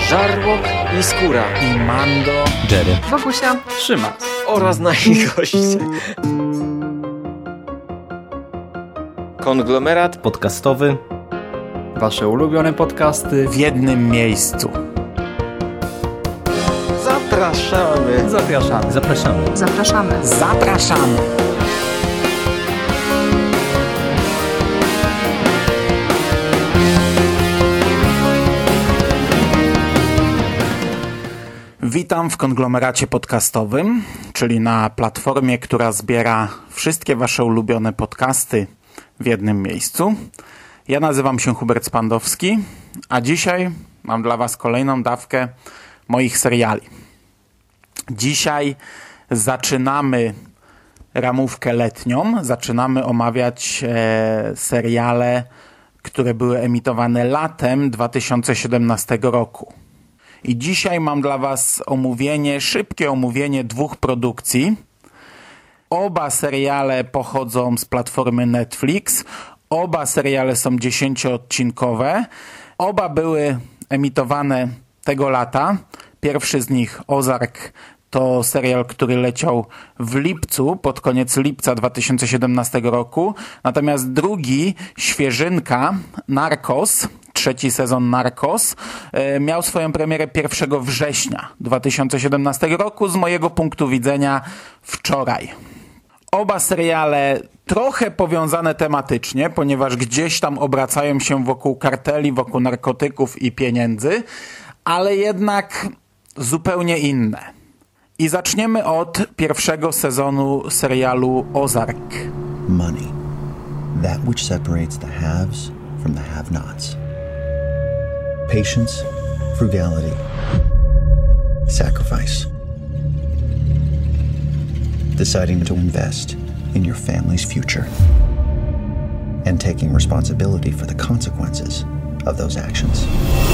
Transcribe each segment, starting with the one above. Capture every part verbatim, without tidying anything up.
Żarłok i Skóra i Mando, Jerry, Bogusia, Szymas oraz nasi goście. Konglomerat podcastowy. Wasze ulubione podcasty w jednym miejscu. Zapraszamy. Zapraszamy. Zapraszamy. zapraszamy. Zapraszamy. Witam w konglomeracie podcastowym, czyli na platformie, która zbiera wszystkie wasze ulubione podcasty w jednym miejscu. Ja nazywam się Hubert Spandowski, a dzisiaj mam dla was kolejną dawkę moich seriali. Dzisiaj zaczynamy ramówkę letnią, zaczynamy omawiać e, seriale, które były emitowane latem dwa tysiące siedemnastego roku. I dzisiaj mam dla was omówienie, szybkie omówienie dwóch produkcji. Oba seriale pochodzą z platformy Netflix. Oba seriale są dziesięcioodcinkowe. Oba były emitowane tego lata. Pierwszy z nich, Ozark, to serial, który leciał w lipcu, pod koniec lipca dwa tysiące siedemnastego roku. Natomiast drugi, świeżynka, Narcos, trzeci sezon Narcos, miał swoją premierę pierwszego września dwa tysiące siedemnastego roku, z mojego punktu widzenia wczoraj. Oba seriale trochę powiązane tematycznie, ponieważ gdzieś tam obracają się wokół karteli, wokół narkotyków i pieniędzy, ale jednak zupełnie inne. I zaczniemy od pierwszego sezonu serialu Ozark. Money. That which separates the haves from the have-nots. Patience, frugality, sacrifice. Deciding to invest in your family's future and taking responsibility for the consequences of those actions.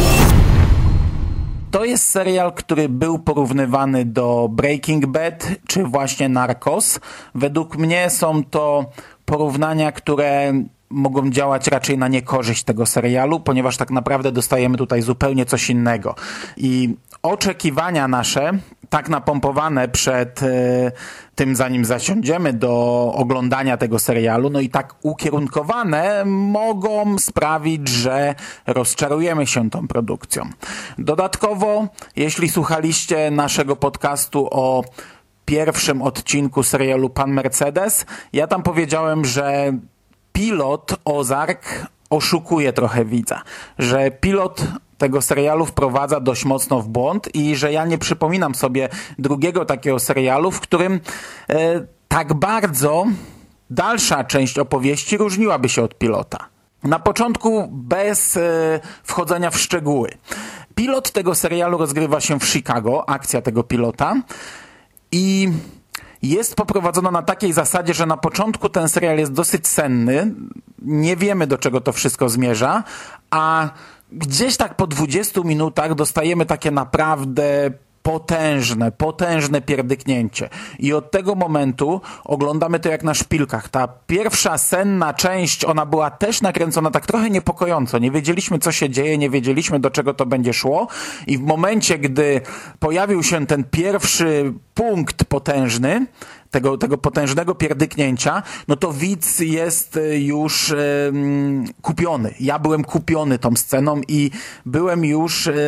To jest serial, który był porównywany do Breaking Bad czy właśnie Narcos. Według mnie są to porównania, które mogą działać raczej na niekorzyść tego serialu, ponieważ tak naprawdę dostajemy tutaj zupełnie coś innego. I oczekiwania nasze, tak napompowane przed y, tym, zanim zasiądziemy do oglądania tego serialu, no i tak ukierunkowane, mogą sprawić, że rozczarujemy się tą produkcją. Dodatkowo, jeśli słuchaliście naszego podcastu o pierwszym odcinku serialu Pan Mercedes, ja tam powiedziałem, że pilot Ozark oszukuje trochę widza, że pilot tego serialu wprowadza dość mocno w błąd i że ja nie przypominam sobie drugiego takiego serialu, w którym e, tak bardzo dalsza część opowieści różniłaby się od pilota. Na początku bez e, wchodzenia w szczegóły. Pilot tego serialu rozgrywa się w Chicago, akcja tego pilota, i jest poprowadzona na takiej zasadzie, że na początku ten serial jest dosyć senny, nie wiemy, do czego to wszystko zmierza, a gdzieś tak po dwudziestu minutach dostajemy takie naprawdę potężne, potężne pierdyknięcie. I od tego momentu oglądamy to jak na szpilkach. Ta pierwsza senna część, ona była też nakręcona tak trochę niepokojąco. Nie wiedzieliśmy, co się dzieje, nie wiedzieliśmy, do czego to będzie szło. I w momencie, gdy pojawił się ten pierwszy punkt potężny, tego, tego potężnego pierdyknięcia, no to widz jest już e, kupiony. Ja byłem kupiony tą sceną i byłem już e,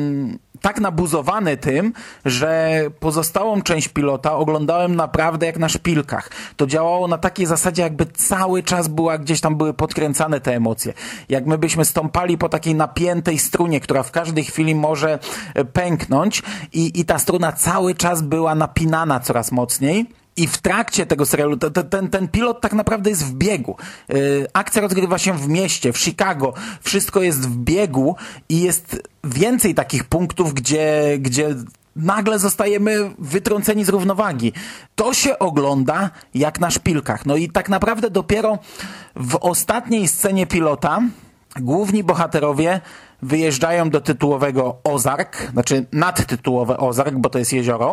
tak nabuzowany tym, że pozostałą część pilota oglądałem naprawdę jak na szpilkach. To działało na takiej zasadzie, jakby cały czas była, gdzieś tam były podkręcane te emocje. Jak my byśmy stąpali po takiej napiętej strunie, która w każdej chwili może pęknąć i, i ta struna cały czas była napinana coraz mocniej. I w trakcie tego serialu ten, ten, ten pilot tak naprawdę jest w biegu. Yy, akcja rozgrywa się w mieście, w Chicago. Wszystko jest w biegu i jest więcej takich punktów, gdzie, gdzie nagle zostajemy wytrąceni z równowagi. To się ogląda jak na szpilkach. No i tak naprawdę dopiero w ostatniej scenie pilota główni bohaterowie wyjeżdżają do tytułowego Ozark, znaczy nadtytułowe Ozark, bo to jest jezioro,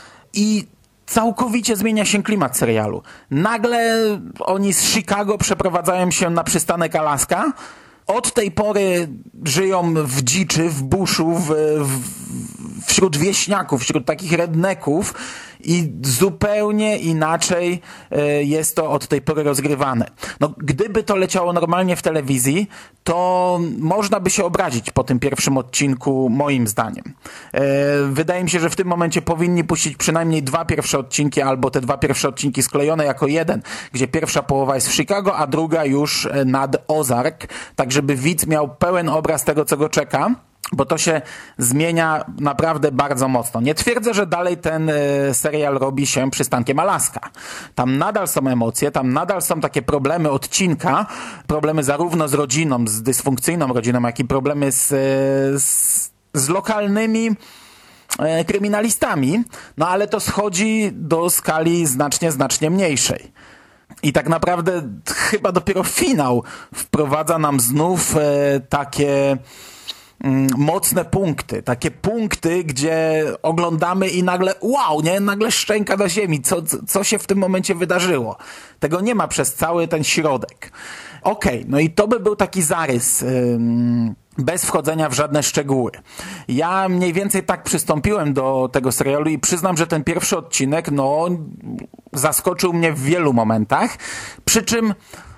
i całkowicie zmienia się klimat serialu. Nagle oni z Chicago przeprowadzają się na przystanek Alaska, Od tej pory żyją w dziczy, w buszu, w, w, wśród wieśniaków, wśród takich redneków i zupełnie inaczej jest to od tej pory rozgrywane. No, gdyby to leciało normalnie w telewizji, to można by się obrazić po tym pierwszym odcinku, moim zdaniem. Wydaje mi się, że w tym momencie powinni puścić przynajmniej dwa pierwsze odcinki, albo te dwa pierwsze odcinki sklejone jako jeden, gdzie pierwsza połowa jest w Chicago, a druga już nad Ozark, tak żeby widz miał pełen obraz tego, co go czeka. Bo to się zmienia naprawdę bardzo mocno. Nie twierdzę, że dalej ten y, serial robi się przystankiem Alaska. Tam nadal są emocje, tam nadal są takie problemy odcinka, problemy zarówno z rodziną, z dysfunkcyjną rodziną, jak i problemy z, z, z lokalnymi y, kryminalistami, no ale to schodzi do skali znacznie, znacznie mniejszej. I tak naprawdę chyba dopiero finał wprowadza nam znów y, takie mocne punkty, takie punkty, gdzie oglądamy i nagle wow, nie? Nagle szczęka na ziemi. Co, co się w tym momencie wydarzyło? Tego nie ma przez cały ten środek. Okej, okay, no i to by był taki zarys ym, bez wchodzenia w żadne szczegóły. Ja mniej więcej tak przystąpiłem do tego serialu i przyznam, że ten pierwszy odcinek, no, zaskoczył mnie w wielu momentach, przy czym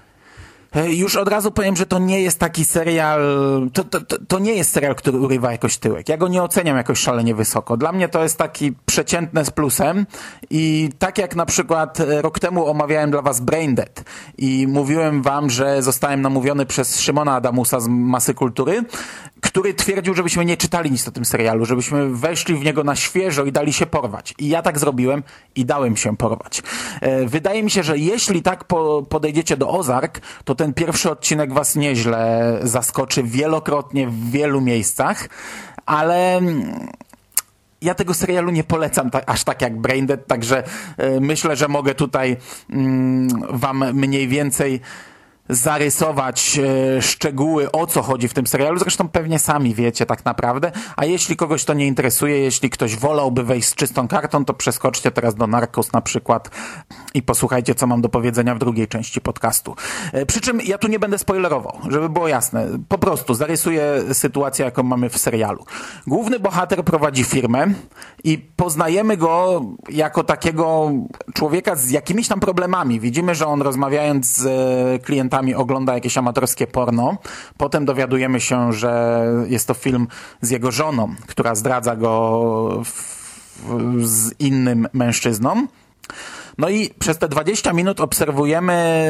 już od razu powiem, że to nie jest taki serial, to, to, to nie jest serial, który urywa jakoś tyłek. Ja go nie oceniam jakoś szalenie wysoko. Dla mnie to jest taki przeciętne z plusem i tak jak na przykład rok temu omawiałem dla was Braindead i mówiłem wam, że zostałem namówiony przez Szymona Adamusa z Masy Kultury, który twierdził, żebyśmy nie czytali nic o tym serialu, żebyśmy weszli w niego na świeżo i dali się porwać. I ja tak zrobiłem i dałem się porwać. Wydaje mi się, że jeśli tak po, podejdziecie do Ozark, to ten pierwszy odcinek was nieźle zaskoczy wielokrotnie w wielu miejscach, ale ja tego serialu nie polecam tak, aż tak jak Braindead, także myślę, że mogę tutaj mm, wam mniej więcej zarysować e, szczegóły, o co chodzi w tym serialu. Zresztą pewnie sami wiecie tak naprawdę. A jeśli kogoś to nie interesuje, jeśli ktoś wolałby wejść z czystą kartą, to przeskoczcie teraz do Narcos na przykład i posłuchajcie, co mam do powiedzenia w drugiej części podcastu. E, przy czym ja tu nie będę spoilerował, żeby było jasne. Po prostu zarysuję sytuację, jaką mamy w serialu. Główny bohater prowadzi firmę i poznajemy go jako takiego człowieka z jakimiś tam problemami. Widzimy, że on rozmawiając z e, klientami ogląda jakieś amatorskie porno. Potem dowiadujemy się, że jest to film z jego żoną, która zdradza go w, w, z innym mężczyzną. No i przez te dwadzieścia minut obserwujemy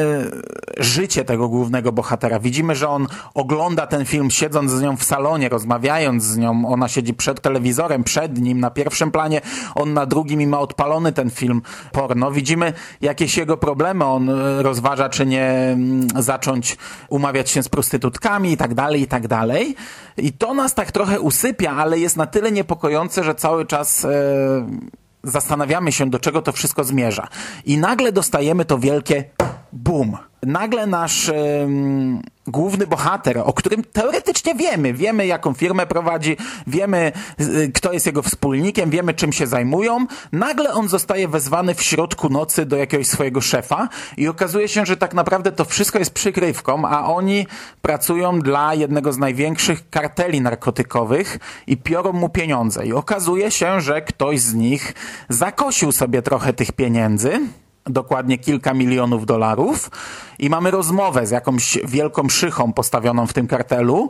życie tego głównego bohatera. Widzimy, że on ogląda ten film siedząc z nią w salonie, rozmawiając z nią. Ona siedzi przed telewizorem, przed nim na pierwszym planie, on na drugim i ma odpalony ten film porno. Widzimy jakieś jego problemy. On rozważa, czy nie zacząć umawiać się z prostytutkami i tak dalej, i tak dalej. I to nas tak trochę usypia, ale jest na tyle niepokojące, że cały czas E, zastanawiamy się, do czego to wszystko zmierza. I nagle dostajemy to wielkie boom. Nagle nasz ym, główny bohater, o którym teoretycznie wiemy, wiemy jaką firmę prowadzi, wiemy y, kto jest jego wspólnikiem, wiemy czym się zajmują, nagle on zostaje wezwany w środku nocy do jakiegoś swojego szefa i okazuje się, że tak naprawdę to wszystko jest przykrywką, a oni pracują dla jednego z największych karteli narkotykowych i piorą mu pieniądze. I okazuje się, że ktoś z nich zakosił sobie trochę tych pieniędzy, dokładnie kilka milionów dolarów i mamy rozmowę z jakąś wielką szychą postawioną w tym kartelu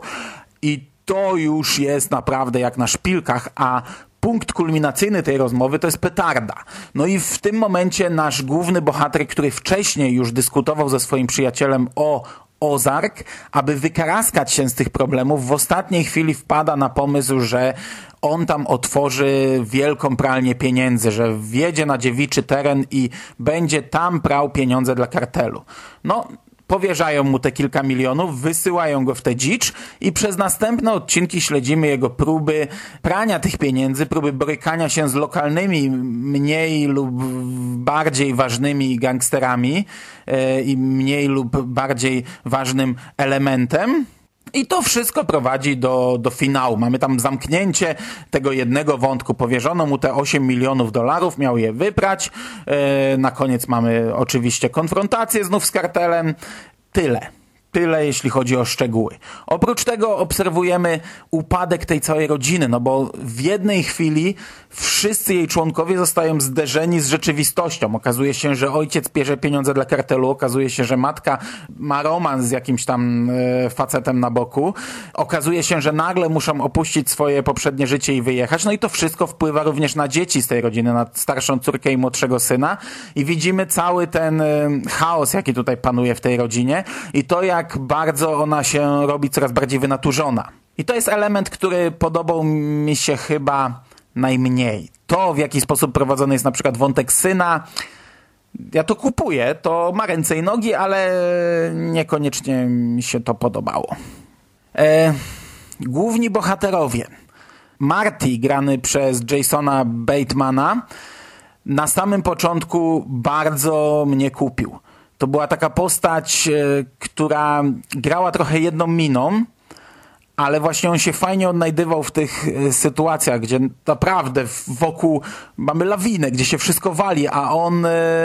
i to już jest naprawdę jak na szpilkach, a punkt kulminacyjny tej rozmowy to jest petarda. No i w tym momencie nasz główny bohater, który wcześniej już dyskutował ze swoim przyjacielem o Ozark, aby wykaraskać się z tych problemów, w ostatniej chwili wpada na pomysł, że on tam otworzy wielką pralnię pieniędzy, że wjedzie na dziewiczy teren i będzie tam prał pieniądze dla kartelu. No, powierzają mu te kilka milionów, wysyłają go w tę dzicz i przez następne odcinki śledzimy jego próby prania tych pieniędzy, próby borykania się z lokalnymi, mniej lub bardziej ważnymi gangsterami yy, i mniej lub bardziej ważnym elementem. I to wszystko prowadzi do, do finału. Mamy tam zamknięcie tego jednego wątku. Powierzono mu te osiem milionów dolarów, miał je wyprać. Yy, na koniec mamy oczywiście konfrontację znów z kartelem. Tyle. tyle, jeśli chodzi o szczegóły. Oprócz tego obserwujemy upadek tej całej rodziny, no bo w jednej chwili wszyscy jej członkowie zostają zderzeni z rzeczywistością. Okazuje się, że ojciec bierze pieniądze dla kartelu, okazuje się, że matka ma romans z jakimś tam e, facetem na boku. Okazuje się, że nagle muszą opuścić swoje poprzednie życie i wyjechać. No i to wszystko wpływa również na dzieci z tej rodziny, na starszą córkę i młodszego syna. I widzimy cały ten e, chaos, jaki tutaj panuje w tej rodzinie i to, jak bardzo ona się robi coraz bardziej wynaturzona. I to jest element, który podobał mi się chyba najmniej. To, w jaki sposób prowadzony jest na przykład wątek syna, ja to kupuję, to ma ręce i nogi, ale niekoniecznie mi się to podobało. E, główni bohaterowie. Marty, grany przez Jasona Batemana, na samym początku bardzo mnie kupił. To była taka postać, która grała trochę jedną miną, ale właśnie on się fajnie odnajdywał w tych sytuacjach, gdzie naprawdę wokół mamy lawinę, gdzie się wszystko wali, a on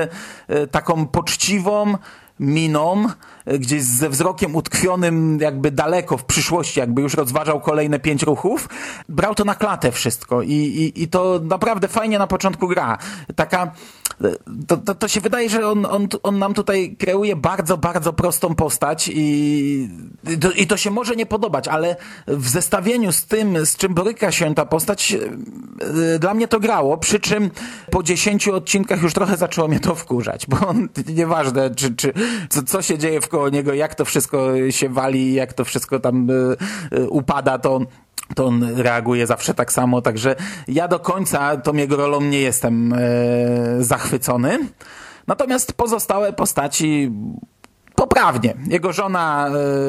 taką poczciwą miną, gdzieś ze wzrokiem utkwionym jakby daleko w przyszłości, jakby już rozważał kolejne pięć ruchów, brał to na klatę wszystko i, i, i to naprawdę fajnie na początku gra. Taka, to, to, to się wydaje, że on, on, on nam tutaj kreuje bardzo, bardzo prostą postać i, i, to, i to się może nie podobać, ale w zestawieniu z tym, z czym boryka się ta postać, dla mnie to grało, przy czym po dziesięciu odcinkach już trochę zaczęło mnie to wkurzać, bo on, nieważne, czy, czy, co, co się dzieje wkoło niego, jak to wszystko się wali, jak to wszystko tam y, y, upada, to to on reaguje zawsze tak samo, także ja do końca tą jego rolą nie jestem e, zachwycony. Natomiast pozostałe postaci poprawnie. Jego żona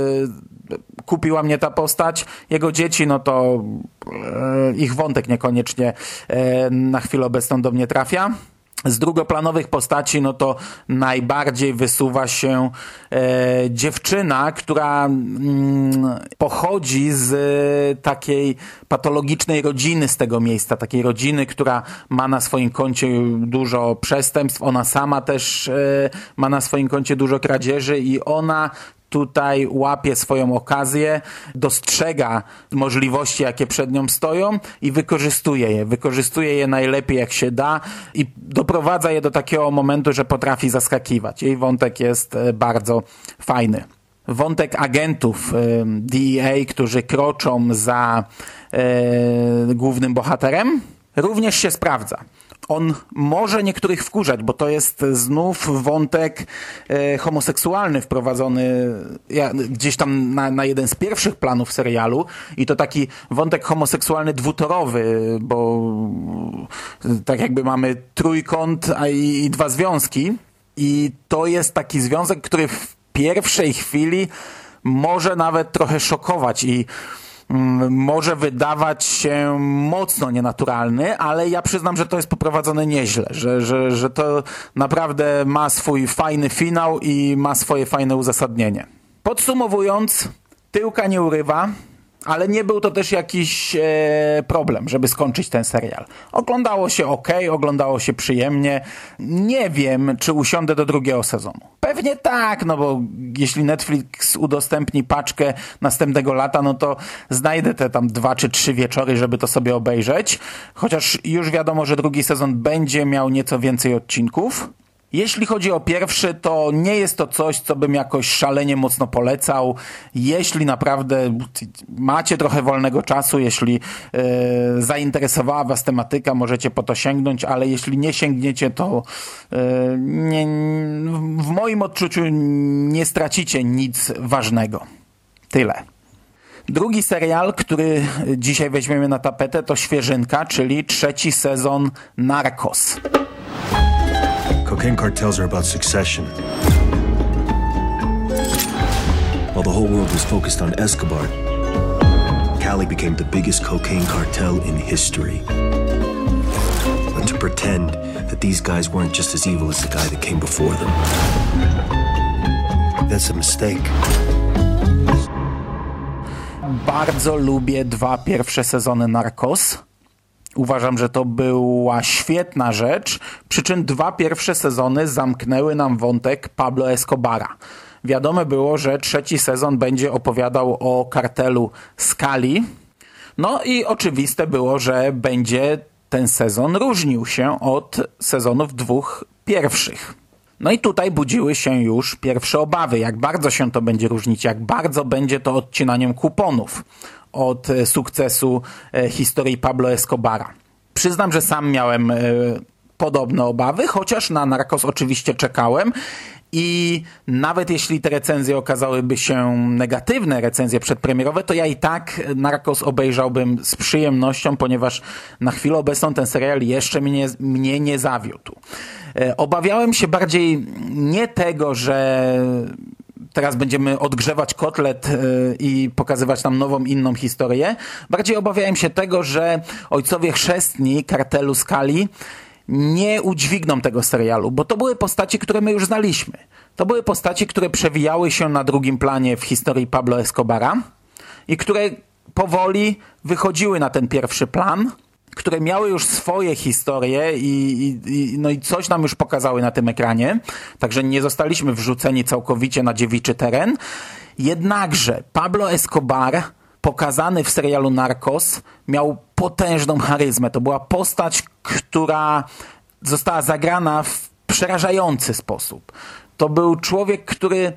e, kupiła mnie ta postać, jego dzieci, no to e, ich wątek niekoniecznie e, na chwilę obecną do mnie trafia. Z drugoplanowych postaci, no to najbardziej wysuwa się e, dziewczyna, która mm, pochodzi z e, takiej patologicznej rodziny z tego miejsca, takiej rodziny, która ma na swoim koncie dużo przestępstw, ona sama też e, ma na swoim koncie dużo kradzieży i ona tutaj łapie swoją okazję, dostrzega możliwości, jakie przed nią stoją i wykorzystuje je. Wykorzystuje je najlepiej, jak się da i doprowadza je do takiego momentu, że potrafi zaskakiwać. Jej wątek jest bardzo fajny. Wątek agentów D E A, którzy kroczą za e, głównym bohaterem, również się sprawdza. On może niektórych wkurzać, bo to jest znów wątek e, homoseksualny wprowadzony ja, gdzieś tam na, na jeden z pierwszych planów serialu i to taki wątek homoseksualny dwutorowy, bo tak jakby mamy trójkąt a i, i dwa związki i to jest taki związek, który w pierwszej chwili może nawet trochę szokować i może wydawać się mocno nienaturalny, ale ja przyznam, że to jest poprowadzone nieźle, że, że, że to naprawdę ma swój fajny finał i ma swoje fajne uzasadnienie. Podsumowując, tyłka nie urywa, ale nie był to też jakiś e, problem, żeby skończyć ten serial. Oglądało się ok, oglądało się przyjemnie. Nie wiem, czy usiądę do drugiego sezonu. Pewnie tak, no bo jeśli Netflix udostępni paczkę następnego lata, no to znajdę te tam dwa czy trzy wieczory, żeby to sobie obejrzeć. Chociaż już wiadomo, że drugi sezon będzie miał nieco więcej odcinków. Jeśli chodzi o pierwszy, to nie jest to coś, co bym jakoś szalenie mocno polecał. Jeśli naprawdę macie trochę wolnego czasu, jeśli e, zainteresowała was tematyka, możecie po to sięgnąć, ale jeśli nie sięgniecie, to e, nie, w moim odczuciu nie stracicie nic ważnego. Tyle. Drugi serial, który dzisiaj weźmiemy na tapetę, to świeżynka, czyli trzeci sezon Narcos. Cocaine cartels are about succession. While the whole world was focused on Escobar, Cali became the biggest cocaine cartel in history. And to pretend that these guys weren't just as evil as the guy that came before them, that's a mistake. Bardzo lubię dwa pierwsze sezony Narcos. Uważam, że to była świetna rzecz, przy czym dwa pierwsze sezony zamknęły nam wątek Pablo Escobara. wiadomo było, że trzeci sezon będzie opowiadał o kartelu Scully. No i oczywiste było, że będzie ten sezon różnił się od sezonów dwóch pierwszych. No i tutaj budziły się już pierwsze obawy, jak bardzo się to będzie różnić, jak bardzo będzie to odcinaniem kuponów od sukcesu historii Pablo Escobara. Przyznam, że sam miałem podobne obawy, chociaż na Narcos oczywiście czekałem i nawet jeśli te recenzje okazałyby się negatywne, recenzje przedpremierowe, to ja i tak Narcos obejrzałbym z przyjemnością, ponieważ na chwilę obecną ten serial jeszcze mnie, mnie nie zawiódł. Obawiałem się bardziej nie tego, że teraz będziemy odgrzewać kotlet i pokazywać nam nową, inną historię. Bardziej obawiałem się tego, że ojcowie chrzestni kartelu Scully nie udźwigną tego serialu, bo to były postaci, które my już znaliśmy. To były postaci, które przewijały się na drugim planie w historii Pablo Escobara i które powoli wychodziły na ten pierwszy plan, które miały już swoje historie i, i, no i coś nam już pokazały na tym ekranie, także nie zostaliśmy wrzuceni całkowicie na dziewiczy teren. Jednakże Pablo Escobar, pokazany w serialu Narcos, miał potężną charyzmę. To była postać, która została zagrana w przerażający sposób. To był człowiek, który,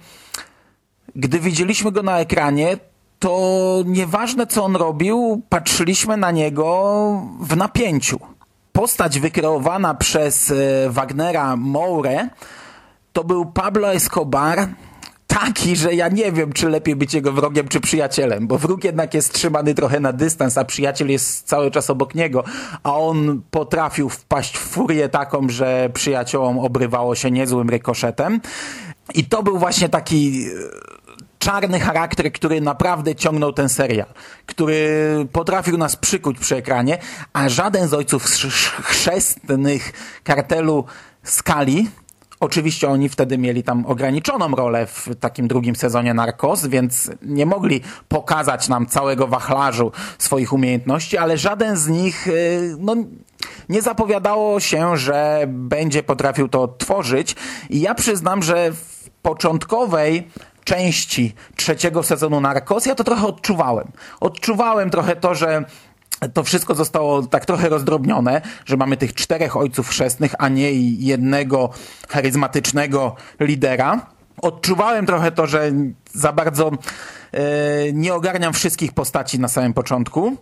gdy widzieliśmy go na ekranie, to nieważne co on robił, patrzyliśmy na niego w napięciu. Postać wykreowana przez Wagnera Mourę to był Pablo Escobar taki, że ja nie wiem, czy lepiej być jego wrogiem, czy przyjacielem, bo wróg jednak jest trzymany trochę na dystans, a przyjaciel jest cały czas obok niego, a on potrafił wpaść w furię taką, że przyjaciołom obrywało się niezłym rykoszetem. I to był właśnie taki czarny charakter, który naprawdę ciągnął ten serial, który potrafił nas przykuć przy ekranie, a żaden z ojców chrzestnych kartelu Scully, oczywiście oni wtedy mieli tam ograniczoną rolę w takim drugim sezonie Narcos, więc nie mogli pokazać nam całego wachlarzu swoich umiejętności, ale żaden z nich no, nie zapowiadało się, że będzie potrafił to odtworzyć. I ja przyznam, że w początkowej części trzeciego sezonu Narcos ja to trochę odczuwałem. Odczuwałem trochę to, że to wszystko zostało tak trochę rozdrobnione, że mamy tych czterech ojców chrzestnych, a nie jednego charyzmatycznego lidera. Odczuwałem trochę to, że za bardzo e, nie ogarniam wszystkich postaci na samym początku.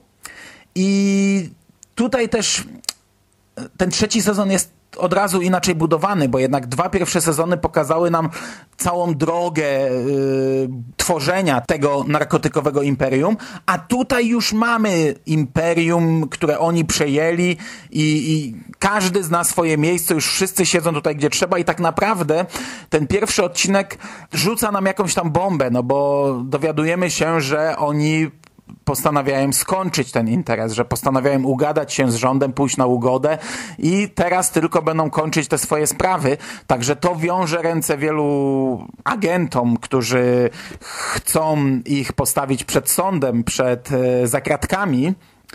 I tutaj też ten trzeci sezon jest od razu inaczej budowany, bo jednak dwa pierwsze sezony pokazały nam całą drogę y, tworzenia tego narkotykowego imperium, a tutaj już mamy imperium, które oni przejęli i, i każdy zna swoje miejsce, już wszyscy siedzą tutaj, gdzie trzeba i tak naprawdę ten pierwszy odcinek rzuca nam jakąś tam bombę, no bo dowiadujemy się, że oni postanawiałem skończyć ten interes, że postanawiałem ugadać się z rządem, pójść na ugodę i teraz tylko będą kończyć te swoje sprawy. Także to wiąże ręce wielu agentom, którzy chcą ich postawić przed sądem, przed e, zakratkami.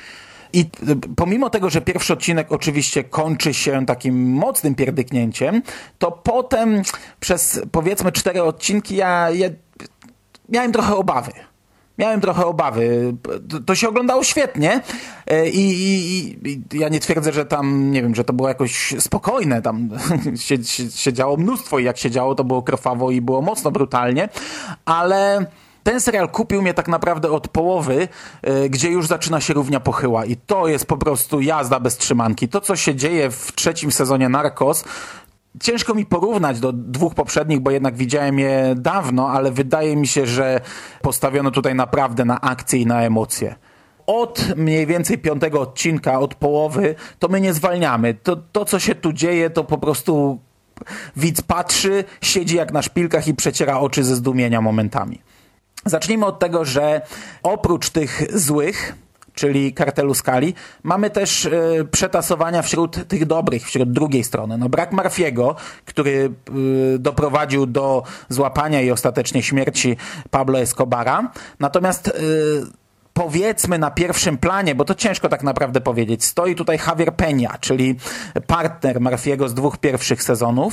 I pomimo tego, że pierwszy odcinek oczywiście kończy się takim mocnym pierdyknięciem, to potem przez powiedzmy cztery odcinki ja, ja miałem trochę obawy. Miałem trochę obawy. To, to się oglądało świetnie I, i, i ja nie twierdzę, że tam, nie wiem, że to było jakoś spokojne. Tam się, się, się działo mnóstwo i jak się działo, to było krwawo i było mocno brutalnie, ale ten serial kupił mnie tak naprawdę od połowy, gdzie już zaczyna się równia pochyła i to jest po prostu jazda bez trzymanki. To, co się dzieje w trzecim sezonie Narcos, ciężko mi porównać do dwóch poprzednich, bo jednak widziałem je dawno, ale wydaje mi się, że postawiono tutaj naprawdę na akcję i na emocje. Od mniej więcej piątego odcinka, od połowy, to my nie zwalniamy. To, to co się tu dzieje, to po prostu widz patrzy, siedzi jak na szpilkach i przeciera oczy ze zdumienia momentami. Zacznijmy od tego, że oprócz tych złych, czyli kartelu Scully, mamy też y, przetasowania wśród tych dobrych, wśród drugiej strony. No, brak Murphy'ego, który y, doprowadził do złapania i ostatecznie śmierci Pablo Escobara. Natomiast y, powiedzmy na pierwszym planie, bo to ciężko tak naprawdę powiedzieć, stoi tutaj Javier Peña, czyli partner Murphy'ego z dwóch pierwszych sezonów.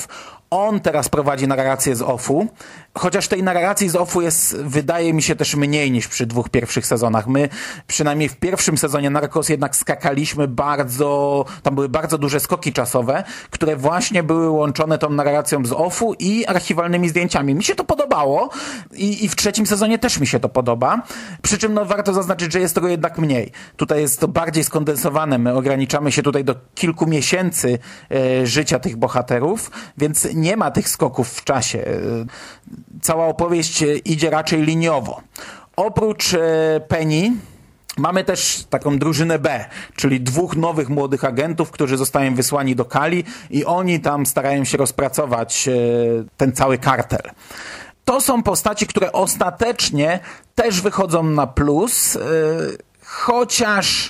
On teraz prowadzi narrację z offu, chociaż tej narracji z offu jest, wydaje mi się, też mniej niż przy dwóch pierwszych sezonach. My przynajmniej w pierwszym sezonie Narcos jednak skakaliśmy bardzo, tam były bardzo duże skoki czasowe, które właśnie były łączone tą narracją z offu i archiwalnymi zdjęciami. Mi się to podobało i, i w trzecim sezonie też mi się to podoba, przy czym no, warto zaznaczyć, że jest tego jednak mniej. Tutaj jest to bardziej skondensowane, my ograniczamy się tutaj do kilku miesięcy e, życia tych bohaterów, więc nie ma tych skoków w czasie. E, cała opowieść idzie raczej liniowo. Oprócz e, Penny mamy też taką drużynę B, czyli dwóch nowych młodych agentów, którzy zostają wysłani do Cali i oni tam starają się rozpracować e, ten cały kartel. To są postaci, które ostatecznie też wychodzą na plus, yy, chociaż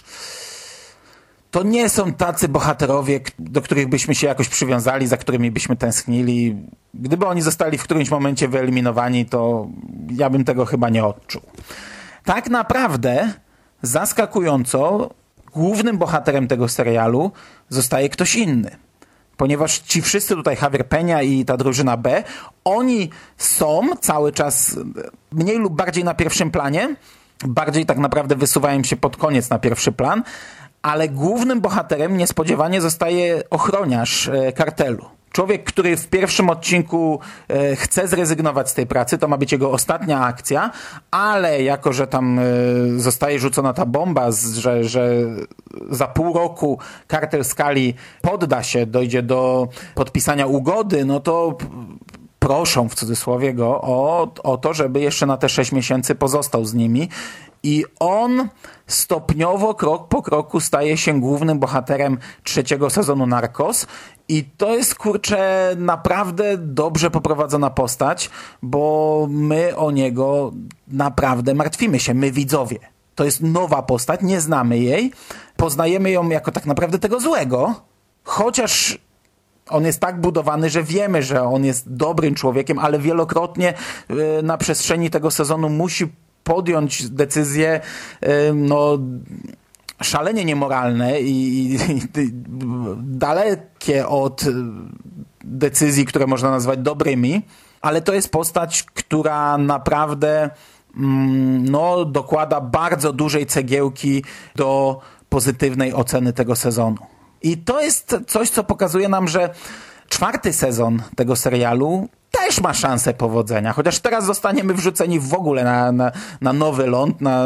to nie są tacy bohaterowie, do których byśmy się jakoś przywiązali, za którymi byśmy tęsknili. Gdyby oni zostali w którymś momencie wyeliminowani, to ja bym tego chyba nie odczuł. Tak naprawdę, zaskakująco, głównym bohaterem tego serialu zostaje ktoś inny. Ponieważ ci wszyscy tutaj, Javier Peña i ta drużyna B, oni są cały czas mniej lub bardziej na pierwszym planie, bardziej tak naprawdę wysuwają się pod koniec na pierwszy plan, ale głównym bohaterem niespodziewanie zostaje ochroniarz kartelu. Człowiek, który w pierwszym odcinku e, chce zrezygnować z tej pracy, to ma być jego ostatnia akcja, ale jako, że tam e, zostaje rzucona ta bomba, z, że, że za pół roku kartel Scali podda się, dojdzie do podpisania ugody, no to proszą w cudzysłowie go o, o to, żeby jeszcze na te sześć miesięcy pozostał z nimi. I on stopniowo, krok po kroku staje się głównym bohaterem trzeciego sezonu Narcos. I to jest, kurczę, naprawdę dobrze poprowadzona postać, bo my o niego naprawdę martwimy się, my widzowie. To jest nowa postać, nie znamy jej, poznajemy ją jako tak naprawdę tego złego, chociaż on jest tak budowany, że wiemy, że on jest dobrym człowiekiem, ale wielokrotnie na przestrzeni tego sezonu musi podjąć decyzje no, szalenie niemoralne i, i, i dalekie od decyzji, które można nazwać dobrymi, ale to jest postać, która naprawdę no, dokłada bardzo dużej cegiełki do pozytywnej oceny tego sezonu. I to jest coś, co pokazuje nam, że czwarty sezon tego serialu też ma szansę powodzenia, chociaż teraz zostaniemy wrzuceni w ogóle na, na, na nowy ląd, na,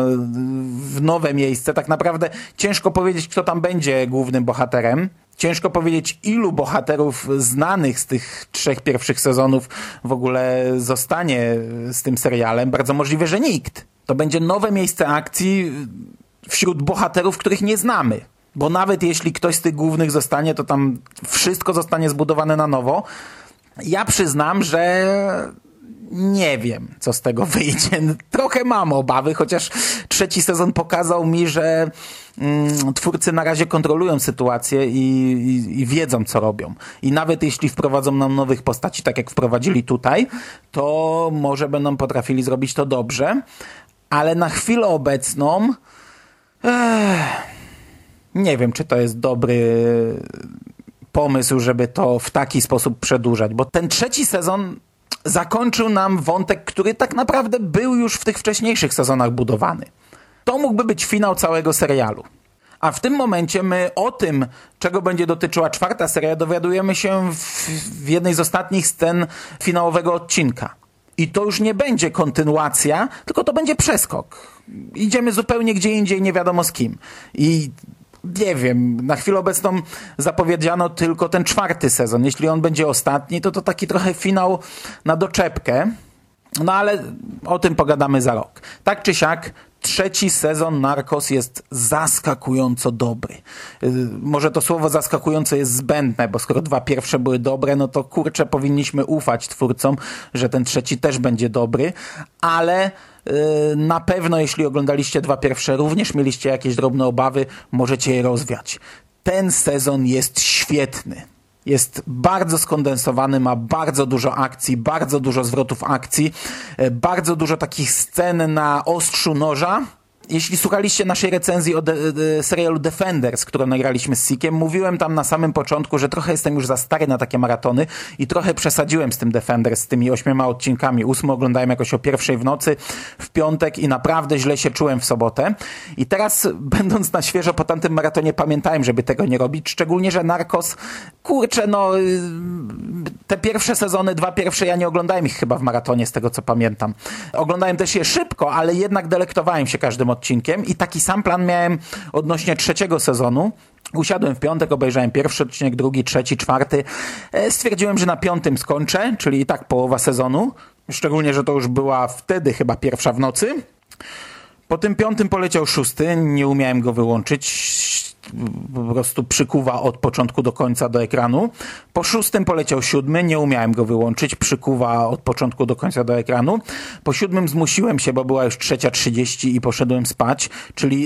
w nowe miejsce. Tak naprawdę ciężko powiedzieć, kto tam będzie głównym bohaterem. Ciężko powiedzieć, ilu bohaterów znanych z tych trzech pierwszych sezonów w ogóle zostanie z tym serialem. Bardzo możliwe, że nikt. To będzie nowe miejsce akcji wśród bohaterów, których nie znamy. Bo nawet jeśli ktoś z tych głównych zostanie, to tam wszystko zostanie zbudowane na nowo. Ja przyznam, że nie wiem, co z tego wyjdzie. Trochę mam obawy, chociaż trzeci sezon pokazał mi, że mm, twórcy na razie kontrolują sytuację i, i, i wiedzą, co robią. I nawet jeśli wprowadzą nam nowych postaci, tak jak wprowadzili tutaj, to może będą potrafili zrobić to dobrze. Ale na chwilę obecną eh, nie wiem, czy to jest dobry pomysł, żeby to w taki sposób przedłużać, bo ten trzeci sezon zakończył nam wątek, który tak naprawdę był już w tych wcześniejszych sezonach budowany. To mógłby być finał całego serialu. A w tym momencie my o tym, czego będzie dotyczyła czwarta seria, dowiadujemy się w, w jednej z ostatnich scen finałowego odcinka. I to już nie będzie kontynuacja, tylko to będzie przeskok. Idziemy zupełnie gdzie indziej, nie wiadomo z kim. I nie wiem, na chwilę obecną zapowiedziano tylko ten czwarty sezon. Jeśli on będzie ostatni, to to taki trochę finał na doczepkę. No ale o tym pogadamy za rok. Tak czy siak, trzeci sezon Narcos jest zaskakująco dobry. Yy, może to słowo zaskakująco jest zbędne, bo skoro dwa pierwsze były dobre, no to kurczę, powinniśmy ufać twórcom, że ten trzeci też będzie dobry, ale yy, na pewno jeśli oglądaliście dwa pierwsze, również mieliście jakieś drobne obawy, możecie je rozwiać. Ten sezon jest świetny. Jest bardzo skondensowany, ma bardzo dużo akcji, bardzo dużo zwrotów akcji, bardzo dużo takich scen na ostrzu noża jeśli słuchaliście naszej recenzji o de- de- serialu Defenders, którą nagraliśmy z Sikiem, mówiłem tam na samym początku, że trochę jestem już za stary na takie maratony i trochę przesadziłem z tym Defenders, z tymi ośmioma odcinkami. Ósmy oglądałem jakoś o pierwszej w nocy w piątek i naprawdę źle się czułem w sobotę. I teraz, będąc na świeżo po tamtym maratonie, pamiętałem, żeby tego nie robić, szczególnie, że Narcos, kurczę, no te pierwsze sezony, dwa pierwsze, ja nie oglądałem ich chyba w maratonie, z tego co pamiętam. Oglądałem też je szybko, ale jednak delektowałem się każdym odcinkiem i taki sam plan miałem odnośnie trzeciego sezonu. Usiadłem w piątek, obejrzałem pierwszy odcinek, drugi, trzeci, czwarty. Stwierdziłem, że na piątym skończę, czyli i tak połowa sezonu. Szczególnie, że to już była wtedy chyba pierwsza w nocy. Po tym piątym poleciał szósty, nie umiałem go wyłączyć. Po prostu przykuwa od początku do końca do ekranu. Po szóstym poleciał siódmy, nie umiałem go wyłączyć, przykuwa od początku do końca do ekranu. Po siódmym zmusiłem się, bo była już trzecia trzydzieści i poszedłem spać, czyli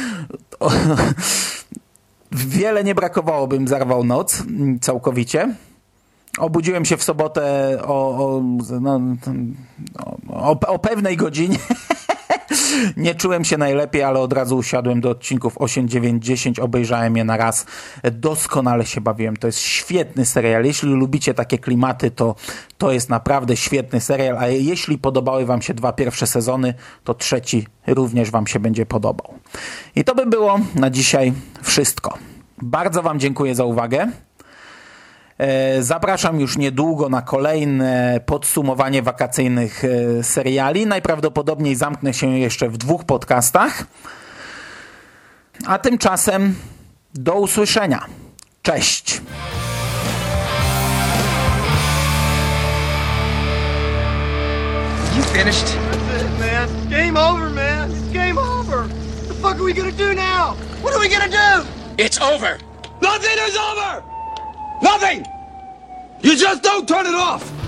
wiele nie brakowało, bym zarwał noc całkowicie. Obudziłem się w sobotę o, o, no, o, o pewnej godzinie. Nie czułem się najlepiej, ale od razu usiadłem do odcinków osiem, dziewięć, dziesięć, obejrzałem je na raz. Doskonale się bawiłem. To jest świetny serial. Jeśli lubicie takie klimaty, to to jest naprawdę świetny serial, a jeśli podobały wam się dwa pierwsze sezony, to trzeci również wam się będzie podobał. I to by było na dzisiaj wszystko. Bardzo wam dziękuję za uwagę. Zapraszam już niedługo na kolejne podsumowanie wakacyjnych seriali. Najprawdopodobniej zamknę się jeszcze w dwóch podcastach. A tymczasem do usłyszenia. Cześć! You finished? That's it, man. Game over, man. It's game over. What the fuck are we gonna do now? What are we gonna do? It's over. Nothing is over! Nothing! You just don't turn it off!